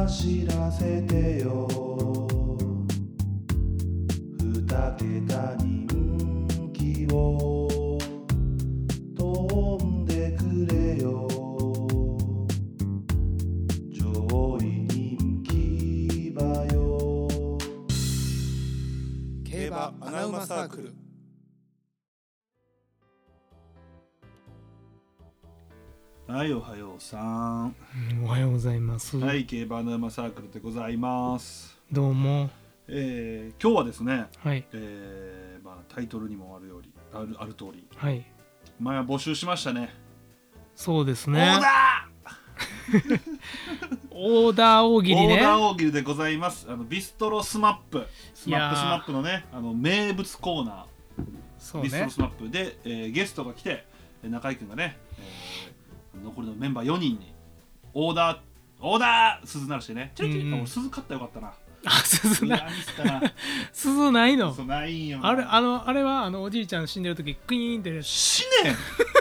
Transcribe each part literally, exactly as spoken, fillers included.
走らせてよ二桁人気を飛んでくれよ上位人気馬よ競馬アナウマサークル。 はい、おはようさん。 おはようございます。 はい、競馬アナウマサークルでございます。 どうも。 えー、今日はですね、 はい。 えーまあ、タイトルにもあるようにあるある通り、 はい。 前は募集しましたね。 そうですね。 オーダーオーダー大喜利ね。 オーダー大喜利でございます。あのビストロスマップ、スマップスマップのね、あの名物コーナー、 そうね、 ビストロスマップで、えー、ゲストが来て、中居君がね、えー残りのメンバーよにんにオーダーオーダー鈴鳴らしてね、チリチリ、うんうん、鈴買ったらよかったな。 あ、鈴なミスったな鈴ないの。 そうないんよ。 あれ、あのあれはあのおじいちゃん死んでる時クイーンって死ね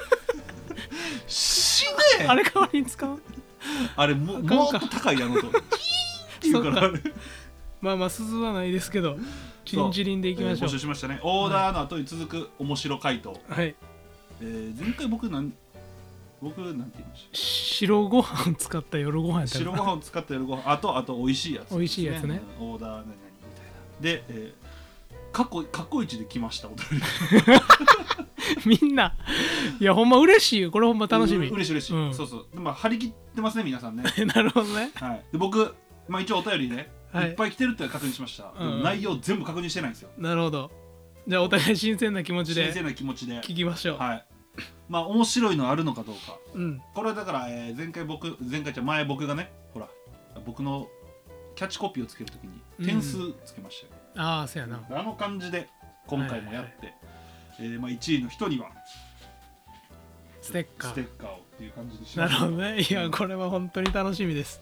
死ねあれ代わりに使う。 あれももっと高いやのとキーンっていうからあれまあまあ鈴はないですけど、チリンチリンでいきましょう。 えー、募集しましたね。オーダーの後に続く面白回答。 はい。 えー、前回僕なん僕なんて言いました。 白ご飯使った夜ご飯やった白ご飯を使った夜ご飯あとあと美味しいやつ、ね、 美味しいやつね。 オーダー何々みたいなで、えー、過去過去一で来ましたお便りみんないやほんま嬉しいよ。これほんま楽しみ。 う嬉しい嬉しい、うん、そうそう。でまあ張り切ってますね皆さんねなるほどね。 はい。で僕まあ一応お便りね、はい、いっぱい来てるって確認しました、うん、でも内容全部確認してないんですよ。 なるほど。じゃあお互い新鮮な気持ちで新鮮な気持ちで聞きましょう。 はい。まあ面白いのあるのかどうか、 うん、 これはだから、えー、前回僕前回じゃ前僕がねほら僕のキャッチコピーをつけるときに点数つけましたよ、 うん、ああそうやな。 あの感じで今回もやって、はいはい、えーまあ、いちいの人にはステッカーステッカーをっていう感じにしました。なるほどね。いやこれは本当に楽しみです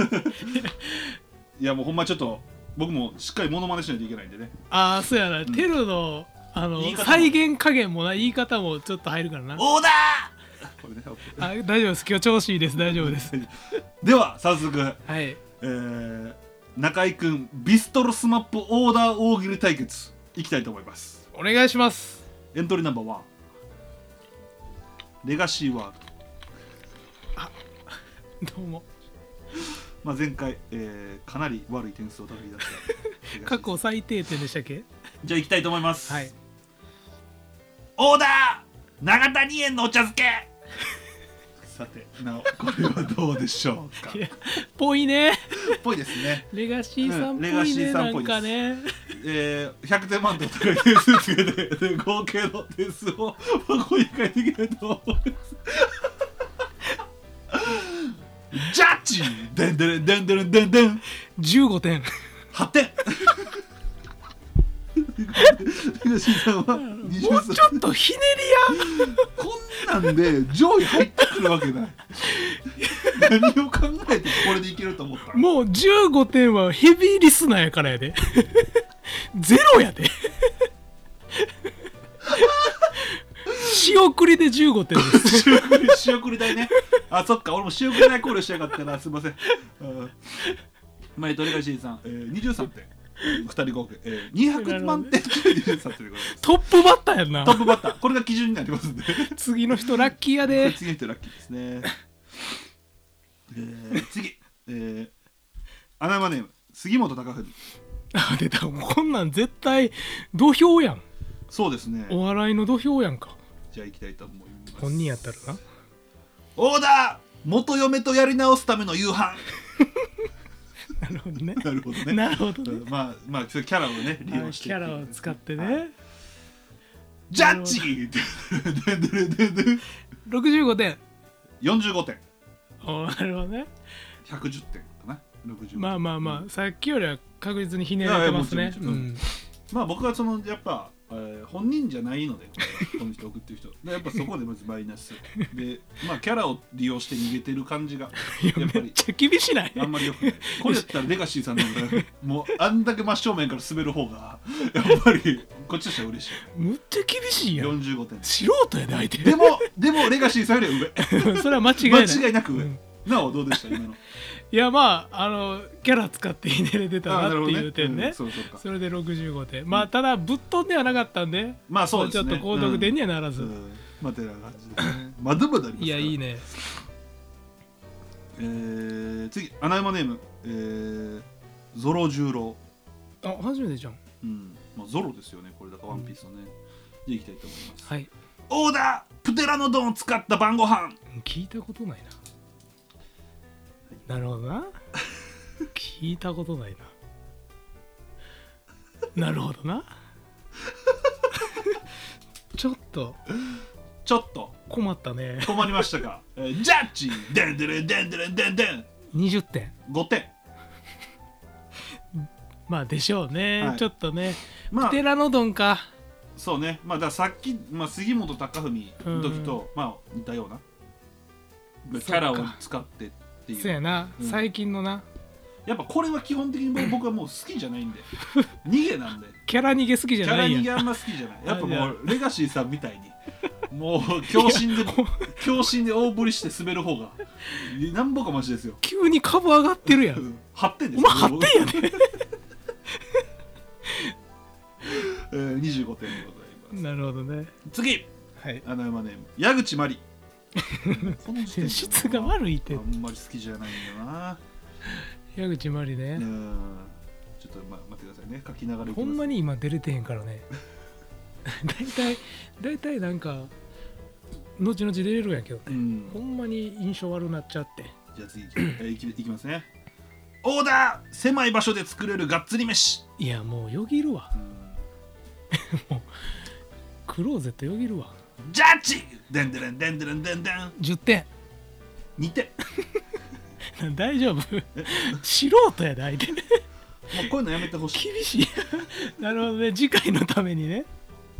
いやもうほんまちょっと僕もしっかりモノマネしないといけないんでね。 ああそうやな、うん、テルのあの再現加減もな、言い方もちょっと入るからな。 オーダーこれ、ね、 あ大丈夫です。今日調子いいです。大丈夫ですでは早速、 はい、 えー、中居くんビストロスマップオーダー大喜利対決いきたいと思います。 お願いします。 エントリーナンバーワンレガシーワールド。 あどうも。 まあ前回、えー、かなり悪い点数を叩き出した過去最低点でしたっけ。 じゃあいきたいと思います。 はい。 オーダー永谷園のお茶漬けさてなおこれはどうでしょうか。 いやぽいねぽいですね。 レガシーさんぽいね、うん、レガシーさんっぽいです。なんかね、えー、ひゃくてん満点高い点数つけてで合計の点数をここに書いていきたいと思いますジャッジデンデレンデンデレンデンデンじゅうごてんはってん東さんはにじゅうさん。 もうちょっとひねりやこんなんで上位入ってくるわけない何を考えてこれでいけると思ったの。 もうじゅうごてんはヘビーリスナーやからやでゼロやで仕送りでじゅうごてんです仕送り仕送り代ね。あそっか俺も仕送り代考慮しやがったな、すいません。まあえっとレガシーさん、えー、にじゅうさんてんふたり合計、えー、にひゃくまんてん中にじゅうさんてんでございます。 トップバッターやんな。 トップバッターこれが基準になりますんで次の人ラッキーやで次の人ラッキーですねえー、次、えー、アナウマネーム杉本貴文。 あ出た。もうこんなん絶対土俵やん。 そうですね、 お笑いの土俵やんか。 じゃあ行きたいと思います。 本人やったらな。 オーダー元嫁とやり直すための夕飯なるほどね。 なるほどね。 なるほどね。 まあまあキャラをね利用してキャラを使ってね、はい、 ジャッジろくじゅうごてんよんじゅうごてん。 おなるほどね。 ひゃくじゅってんかな。ろくじゅう。 まあまあまあ、うん、さっきよりは確実にひねられてますね。うん、 まあ僕はそのやっぱ、えー、本人じゃないのでこの人送ってる人でやっぱそこでまずマイナスで、まあキャラを利用して逃げてる感じがやっぱりめっちゃ厳しない。 あんまりよくない。これやったらレガシーさんの方がもうあんだけ真正面から滑る方がやっぱりこっちとしては嬉しい。 むっちゃ厳しいやん。 よんじゅうごてん。 素人やで相手。 でもでもレガシーさんよりは上それは間違いない。 間違いなく上、うん、 なおどうでした今の。 いやまああのキャラ使ってひねれてたなっていう点ね、 うん、そうそうか。 それでろくじゅうごてん、まあただぶっ飛んではなかったんで、 まあそうですね、 ちょっと高得点にはならず、 うんうん、まあてな感じですね。まだまだありますから。 いやいいね。 えー、次穴山ネーム、えー、ゾロ十郎。 あ初めてじゃん。 うん、まあゾロですよねこれだからワンピースのね、うん、じゃあいきたいと思います。 はい。 オーダープテラノドンを使った晩ご飯。 聞いたことないな。なるほどな。聞いたことないな。なるほどな。ちょっとちょっと困ったね。 困りましたか。えー、ジャッジデンデレンデンデレンデンデンにじゅってんごてん。 まあでしょうね、はい、ちょっとね、まあ、プテラノドンか。 そうね、まあだからさっき、まあ、杉本隆文の時と、うん、まあ似たようなキャラを使ってっていう。 そうやな、うん、最近のな。 やっぱこれは基本的に僕はもう好きじゃないんで逃げなんで。 キャラ逃げ好きじゃないやん。 キャラ逃げあんま好きじゃない。やっぱもうレガシーさんみたいにもう強心で強心で大振りして滑る方がなんぼかマシですよ。 急に株上がってるやん。 はってんですお前はってんやね。 えー、にじゅうごてんでございます。 なるほどね。 次、 はい、 穴山ネーム矢口真理。 この質が悪いって。 あんまり好きじゃないんだな。 矢口真理ね。 うん、ちょっと、ま、待ってくださいね。書きながらいきます。 ほんまに今出れてへんからね。だいたいだいたいなんか後々出れるんやけどね、うん、ほんまに印象悪なっちゃって。 じゃあ次いき、えー、いき、いきますね。オーダー狭い場所で作れるがっつり飯。 いやもうよぎるわ。もうクローゼットよぎるわ。 ジャッジデンデレンデンデレンデンデンじゅってん。 にてん大丈夫素人やで相手。もうこういうのやめてほしい。 厳しい。なるほどね、次回のためにね。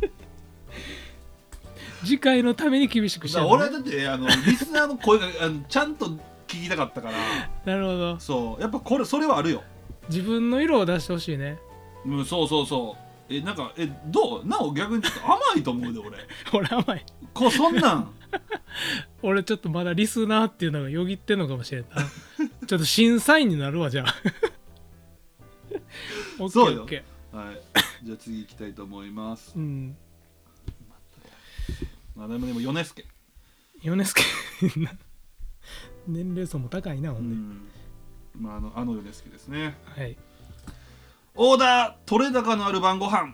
次回のために厳しくした、ね、 俺はだってあのリスナーの声があのちゃんと聞きたかったから。 なるほど。 そうやっぱこれそれはあるよ。 自分の色を出してほしいね。 うん、そうそうそう。えなんかえどうなお逆にちょっと甘いと思うで俺。 俺甘い。 こうそんなん。 俺ちょっとまだリスナーっていうのがよぎってんのかもしれんな。ちょっと審査員になるわじゃあ。オッケーそうよ。 オッケーはい。じゃあ次行きたいと思います。 うん。 まあでもでも米助。 米助。年齢層も高いなほんで。 うん。まああのあの米助ですね。 はい。 オーダー取れ高のある晩ご飯。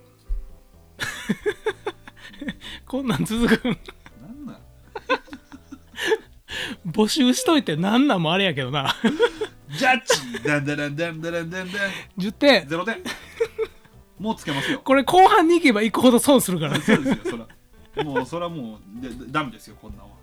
こんなん続くん。 なんなん募集しといてなんなんもあれやけどな。 ジャッジダンダダンダンダダンダンダンじゅってん。 ゼロてん。もうつけますよ。 これ後半に行けば行くほど損するから。 そうですよそら。もうそらもうでダメですよこんなんは。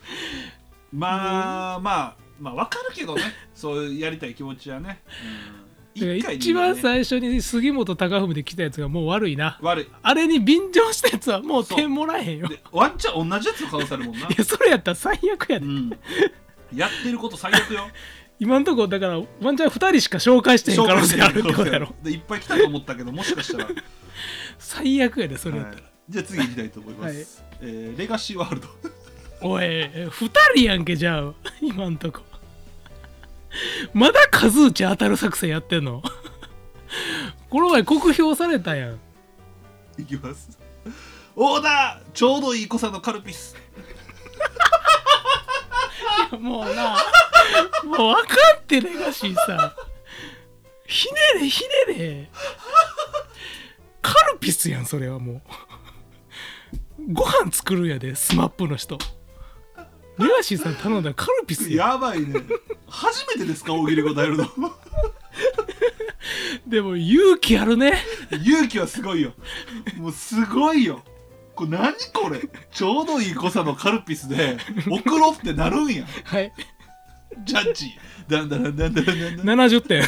まあまあまあわかるけどね、そうやりたい気持ちはね。うん、 だから一番最初に杉本隆文で来たやつがもう悪いな。 悪い。 あれに便乗したやつはもう点もらえへんよ。 ワンチャン同じやつの可能性あるもんな。 いやそれやったら最悪やで、うん、 やってること最悪よ。 今んとこだからワンチャンふたりしか紹介してへん可能性あるってことやろ。 でいっぱい来たと思ったけどもしかしたら最悪やでそれやったら、はい、 じゃあ次行きたいと思います、はい。えー、レガシーワールド。 おいふたりやんけじゃあ今んとこ。まだ数打ち当たる作戦やってんの。この前酷評されたやん。 いきます。オーダーちょうどいい濃さのカルピス。 いやもうなもう分かってレガシーさひねれひねれカルピスやんそれはもうご飯作るやでスマップの人。レガシーさん頼んだらカルピスや。 やばいね。初めてですか大喜利答えるの。 でも勇気あるね。 勇気はすごいよ。もうすごいよ。これ何これちょうどいい濃さのカルピスで送ろうってなるんや。 はい。 ジャッジだんだんだんだんだんだんななじゅってん。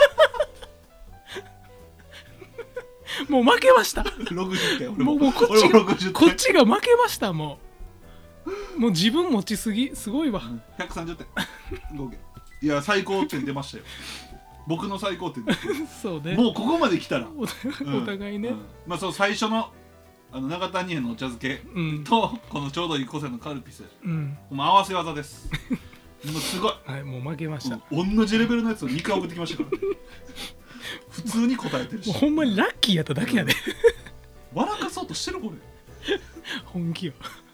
もう負けました。 ろくじゅってん。俺もうもうこっちがこっちが負けましたもう。もう自分持ちすぎすごいわ。 ひゃくさんじゅってん合計。いや最高点出ましたよ。僕の最高点です。 そうね。 もうここまで来たら お,、 うん、お互いね、うん、 まあそう最初のあの長谷園のお茶漬けと、うん、このちょうどいい濃さのカルピス、うん、もう合わせ技です。 もうすごい、 はい、もう負けました。 うん、同じレベルのやつをにかい送ってきましたからね普通に答えてるし、 もうほんまにラッキーやっただけやで、 うん、笑かそうとしてるこれ本気よ。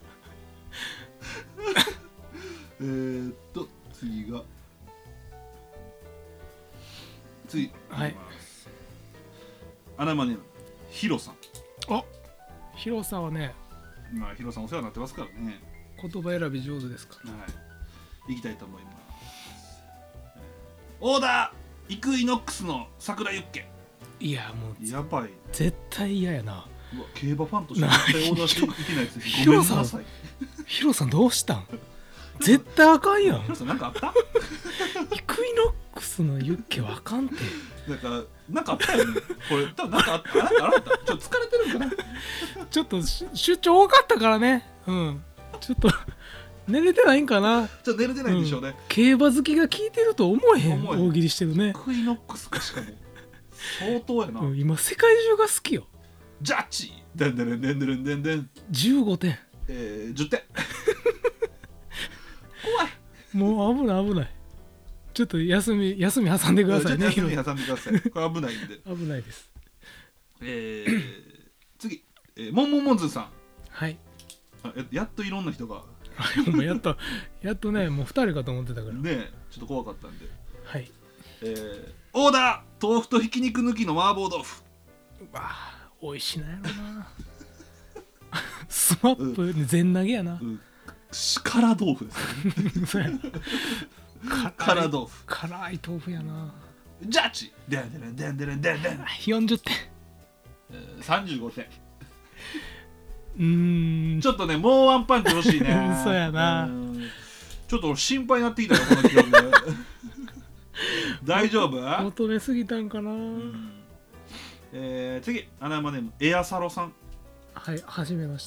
えーっと次が次はいいきます。アナマネームヒロさん。 あ、ヒロさんはね、 まあヒロさんお世話になってますからね。 言葉選び上手ですか。 はい、行きたいと思います。オーダーイクイノックスの桜ユッケ。 いやもうやばい、ね、 絶対嫌やな。 うわ競馬ファンとして絶対オーダーしていけないですヒごめんロさんなさい。 ヒロさんどうしたん。絶対あかんやん。 ヒロさんなんかあったイクイノックスのユッケはあかんて。 なんかなんかあったよねこれ。多分なんかあった。あなたあなたちょっと疲れてるんかな。 ちょっと出張多かったからね。うんちょっと寝れてないんかな。 ちょっと寝れてないんでしょうね、うん、 競馬好きが聞いてると思えへん。大喜利してるね。 イクイノックスかしかも相当やな、 うん、今世界中が好きよ。 ジャッジでんでんでんでんでんでんじゅうごてん、 えー、じゅってん怖い。もう危ない危ない。ちょっと休み休み挟んでくださいね。 休み挟んでください。これ危ないんで。 危ないです。 えー、次、えー、モンモンモンズーさん。 はい。 あ や, やっといろんな人が。 もうやっとやっとね、もうふたりかと思ってたから。 ねちょっと怖かったんで。 はい。 えー、オーダー豆腐とひき肉抜きの麻婆豆腐。 うわあ、美味しいなやろな。スマップ全投げやな。 うん、辛豆腐ですよね。辛豆腐。 辛い豆腐やな。 ジャッジでんでんでんでんでんでん。 よんじゅってん。 えー、さんじゅうごてん。 うーん。 ちょっとね、もうワンパンチ欲しいね。 そうやな。 ちょっと心配になってきたよ、この記録。大丈夫？ 求めすぎたんかな。 えー、次、アナマネームエアサロさん。 はい、はじめまして。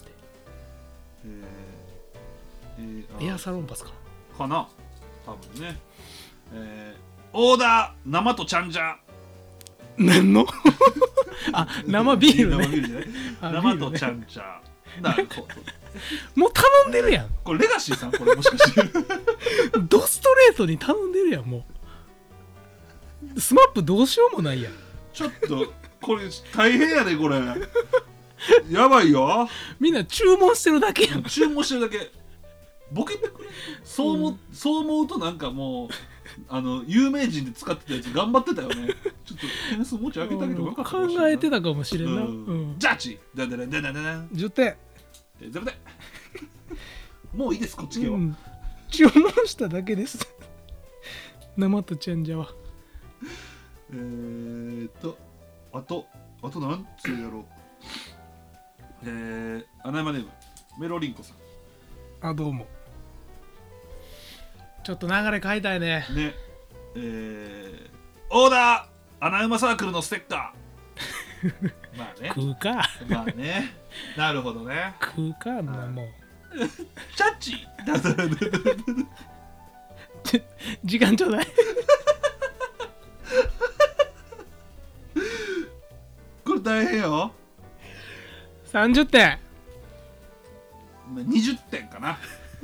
えーえー、 エアサロンパスかかな多分ね。えー、オーダー生とちゃんじゃ。 何のあ、生ビールね。 生ビールじゃない生とちゃんじゃ。なるほど。 もう頼んでるやん。 これレガシーさん、これもしかしてドストレートに頼んでるやん。もうスマップどうしようもないやん。 ちょっとこれ大変やねこれ。やばいよ。 みんな注文してるだけやん。 注文してるだけ。ボケてくれ。そう思、うん、そう思うとなんかもうあの有名人で使ってたやつ頑張ってたよね。ちょっと点数もうちょい上げてあげてもよかったかもしれない。 考えてたかもしれんな。うんうん、ジャッジでんでんでんでんでんじゅってん。 ゼロてん。もういいですこっち系は、うん、 注文しただけです。生とちゃんじゃは。 えーっとあとあとなんつうやろう。えー、アナヤマネームメロリンコさん。 あ、どうも。ちょっと流れ変えたいね。 ねえー、オーダーアナヤマサークルのステッカー。まあね。 食うか。 まあね。なるほどね。 食うかな、もう。 チャッチ時間ちょうだい。 これ大変よ。 さんじゅってん。 にじゅってんかな。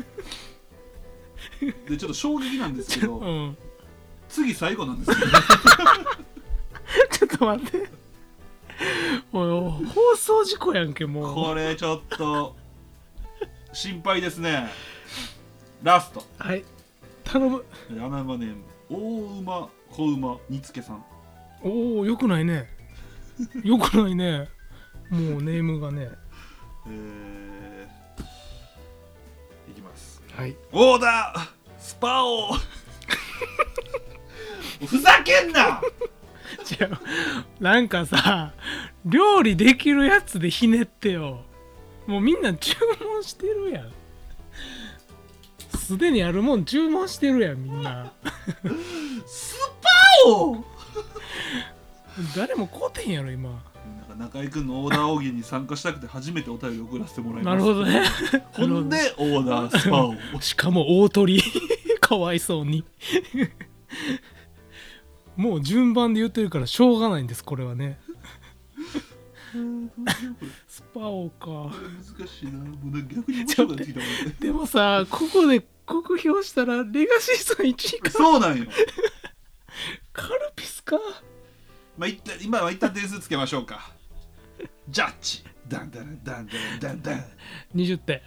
でちょっと衝撃なんですけど、うん、次最後なんですけど。 ちょっと待って。おい、放送事故やんけもう。 これちょっと心配ですね。ラスト。 はい。頼む。 アナヤマネーム大馬小馬煮付さん。 おお、よくないね。よくないね。もうネームがね。 えー、いきます。 はい。 オーダースパオふざけんな。 違う。なんかさ、料理できるやつでひねってよ。もうみんな注文してるやん。すでにあるもん注文してるやんみんな。 スパオ誰も買うてんやろ今。 なんか中居君のオーダー大喜利に参加したくて初めてお便り送らせてもらいます。なるほどね。 ほんでオーダースパオ。 しかも大鳥。かわいそうに。もう順番で言ってるからしょうがないんですこれはね。スパオか。 難しいな。もう逆に面白くなってきたもんね。 でもさ、ここでこ酷評したらレガシーさんいちいか。 そうなんよ。 カルピスか。 まあ一旦今は一旦点数つけましょうか。ジャッジダンダンダンダンダンダン。 にじゅってん。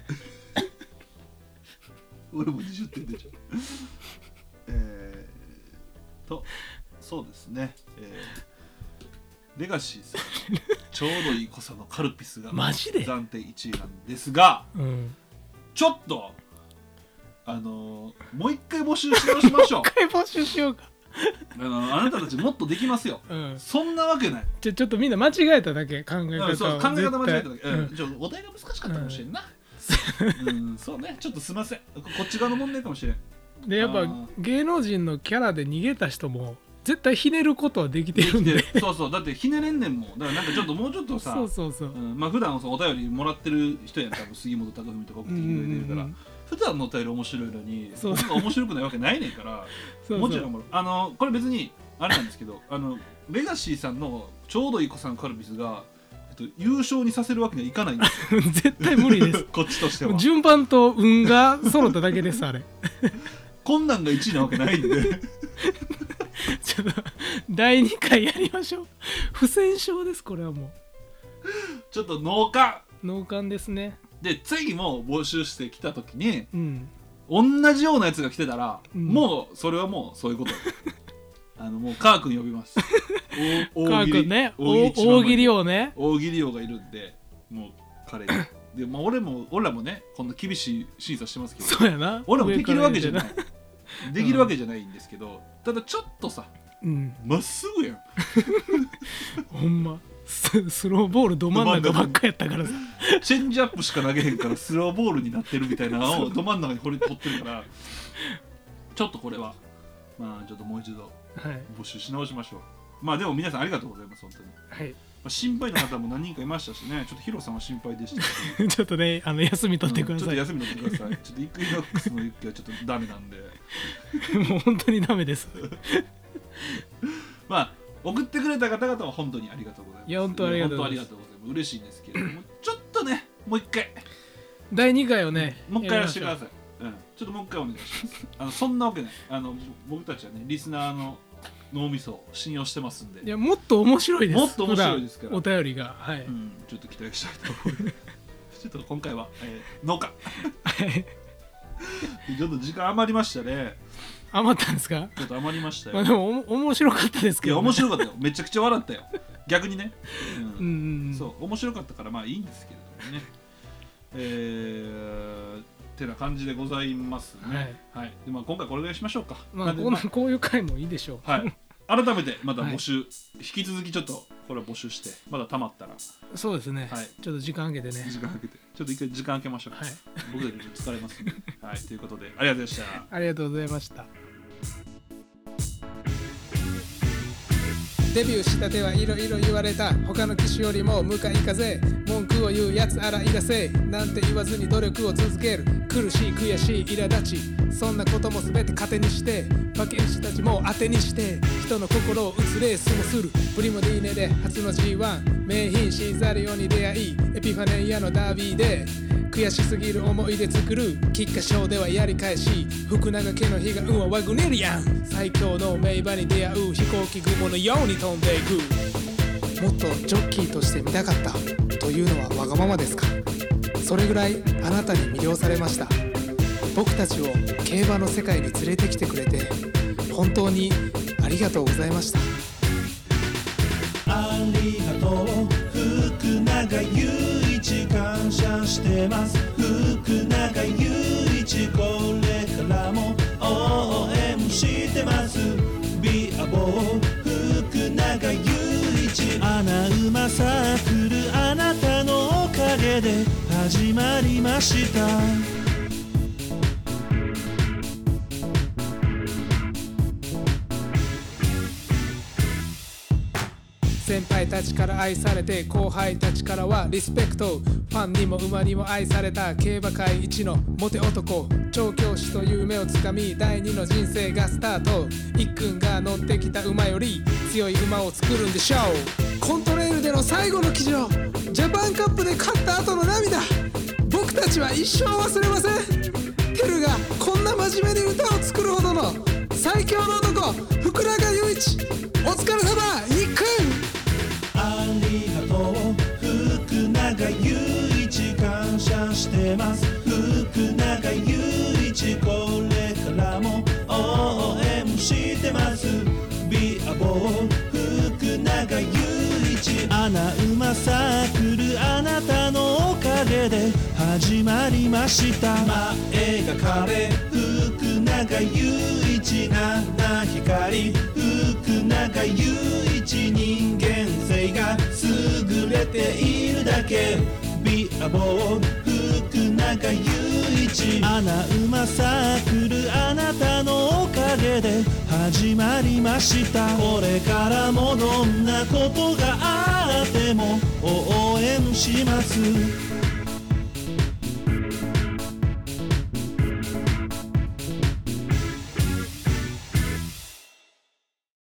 俺もにじゅってんでしょ。えーとそうですね、えー、レガシーさんちょうどいい濃さのカルピスがマジで暫定いちいなんですが、 うん、 ちょっとあのー、もう一回募集し直しましょう。 もう一回募集しようか。 あのあなたたちもっとできますよ、うん、そんなわけない。 ちょちょっとみんな間違えただけ考え方を。 そう考え方間違えただけ、 うんうん、ちょお題が難しかったかもしれんな、うんうん、そうね、ちょっとすいません、こっち側の問題かもしれん。 でやっぱ芸能人のキャラで逃げた人も絶対ひねることはできてるんで。 そうそう、だってひねれんねんもん。だからなんかちょっともうちょっとさ、 そうそうそう、 うん、まあ普段そうお便りもらってる人やん、多分杉本隆文とか送ってきてくれてるから、うんうんうん、普段のお便り面白いのにそうそう面白くないわけないねんからそうそう、もちろんあのこれ別にあれなんですけど、あのレガシーさんのちょうどいい子さんカルピスが、えっと、優勝にさせるわけにはいかないんですよ。 絶対無理です。 こっちとしては順番と運が揃っただけですあれ。 こんなんがいちいなわけないんで。 ちょっとだいにかいやりましょう。不戦勝ですこれはもう。 ちょっと脳幹脳幹ですね。 で次も募集してきた時に、 うん、 同じようなやつが来てたら、うん、もうそれはもうそういうこと。あのもうカー君呼びます。 大カー君ね、大喜利王ね、 大喜利王がいるんで、もう彼にで、まあ、俺も俺らもねこんな厳しい審査してますけど、 そうやな、 俺もできるわけじゃないできるわけじゃないんですけど、うん、ただちょっとさ、ま、うん、っすぐやん。 ほんまス, スローボールど真ん中ばっかやったからさ。 チェンジアップしか投げへんからスローボールになってるみたいなのをど真ん中にこれ取ってるから、ちょっとこれはまあちょっともう一度募集し直しましょう、はい、まあでも皆さんありがとうございます本当に、はい、まあ、心配な方も何人かいましたしね、ちょっとヒロさんは心配でしたけどちょっとね、あの休み取ってください、 うん、ちょっと休み取ってください。ちょっとイクイノックスの雪はちょっとダメなんでもう本当にダメです。 まあ送ってくれた方々は本当にありがとうございます。 いや本当ありがとうございます。 本当ありがとうございます。嬉しいんですけれどもちょっとねもう一回だいにかいをねもう一回やらせてください。うん、ちょっともう一回お願いします。あのそんなわけない。あの僕たちはねリスナーの脳みそを信用してますんで。 いやもっと面白いです。 もっと面白いですからお便りが、はい、うん、 ちょっと期待したいと思います。ちょっと今回は、えー、農家ちょっと時間余りましたね。 余ったんですか？ ちょっと余りましたよ。 まあでもお面白かったですけど、ね、 いや面白かったよ。めちゃくちゃ笑ったよ。逆にね。うん、 うんうん、 そう面白かったからまあいいんですけれどもね。えーてな感じでございますね。はい。はい、でまあ今回これぐらいしましょうか。 まあこう、こういう回もいいでしょう。 はい。改めてまた募集、はい、引き続きちょっとこれ募集してまだ溜まったら。 そうですね。 はい。 ちょっと時間空けてね。 時間空けて。ちょっと一回時間空けましょう。はい。僕たちちょっと疲れますんで。はい。ということでありがとうございました。 ありがとうございました。 デビューしたてはいろいろ言われた、他の機種よりも向かい風、文句を言うやつあらいらせなんて言わずに努力を続ける、苦しい悔しい苛立ち、そんなことも全て糧にして馬券師たちも当てにして人の心を打つレースもする。プリモディーネで初の ジーワン 名品シーザリオに出会い、エピファネイアのダービーで悔しすぎる思い出作る、菊花賞ではやり返し福永家の悲願はワグネリアン、最強の名馬に出会う飛行機雲のように飛んでいく。もっとジョッキーとして見たかったというのはわがままですか？それぐらいあなたに魅了されました。僕たちを競馬の世界に連れてきてくれて本当にありがとうございました。ありがとう福永祐一、感謝してます。福永祐一、これからも応援してます。ビアボー福永祐一、アナウマサークルあなたのおかげで始まりました。先輩たちから愛されて後輩たちからはリスペクト、ファンにも馬にも愛された競馬界一のモテ男、調教師という夢をつかみ第二の人生がスタート。いっくんが乗ってきた馬より強い馬を作るんでしょう。コントレールでの最後の騎乗、ジャパンカップで勝った後の涙、僕たちは一生忘れません。 ケルがこんな真面目に歌を作るほどの最強の男福永祐一、お疲れ様いっくん。 ありがとう福永祐一、感謝してます。福永祐一、これからも応援してます。ビアボー福永祐一、穴馬サークルあなたのおかげで始まりました。前が壁福永祐一、七光福永祐一、人間性が優れているだけ。ビアボー福永祐一、穴馬サークルあなたのおかげで始まりました。これからもどんなことがあっても応援します。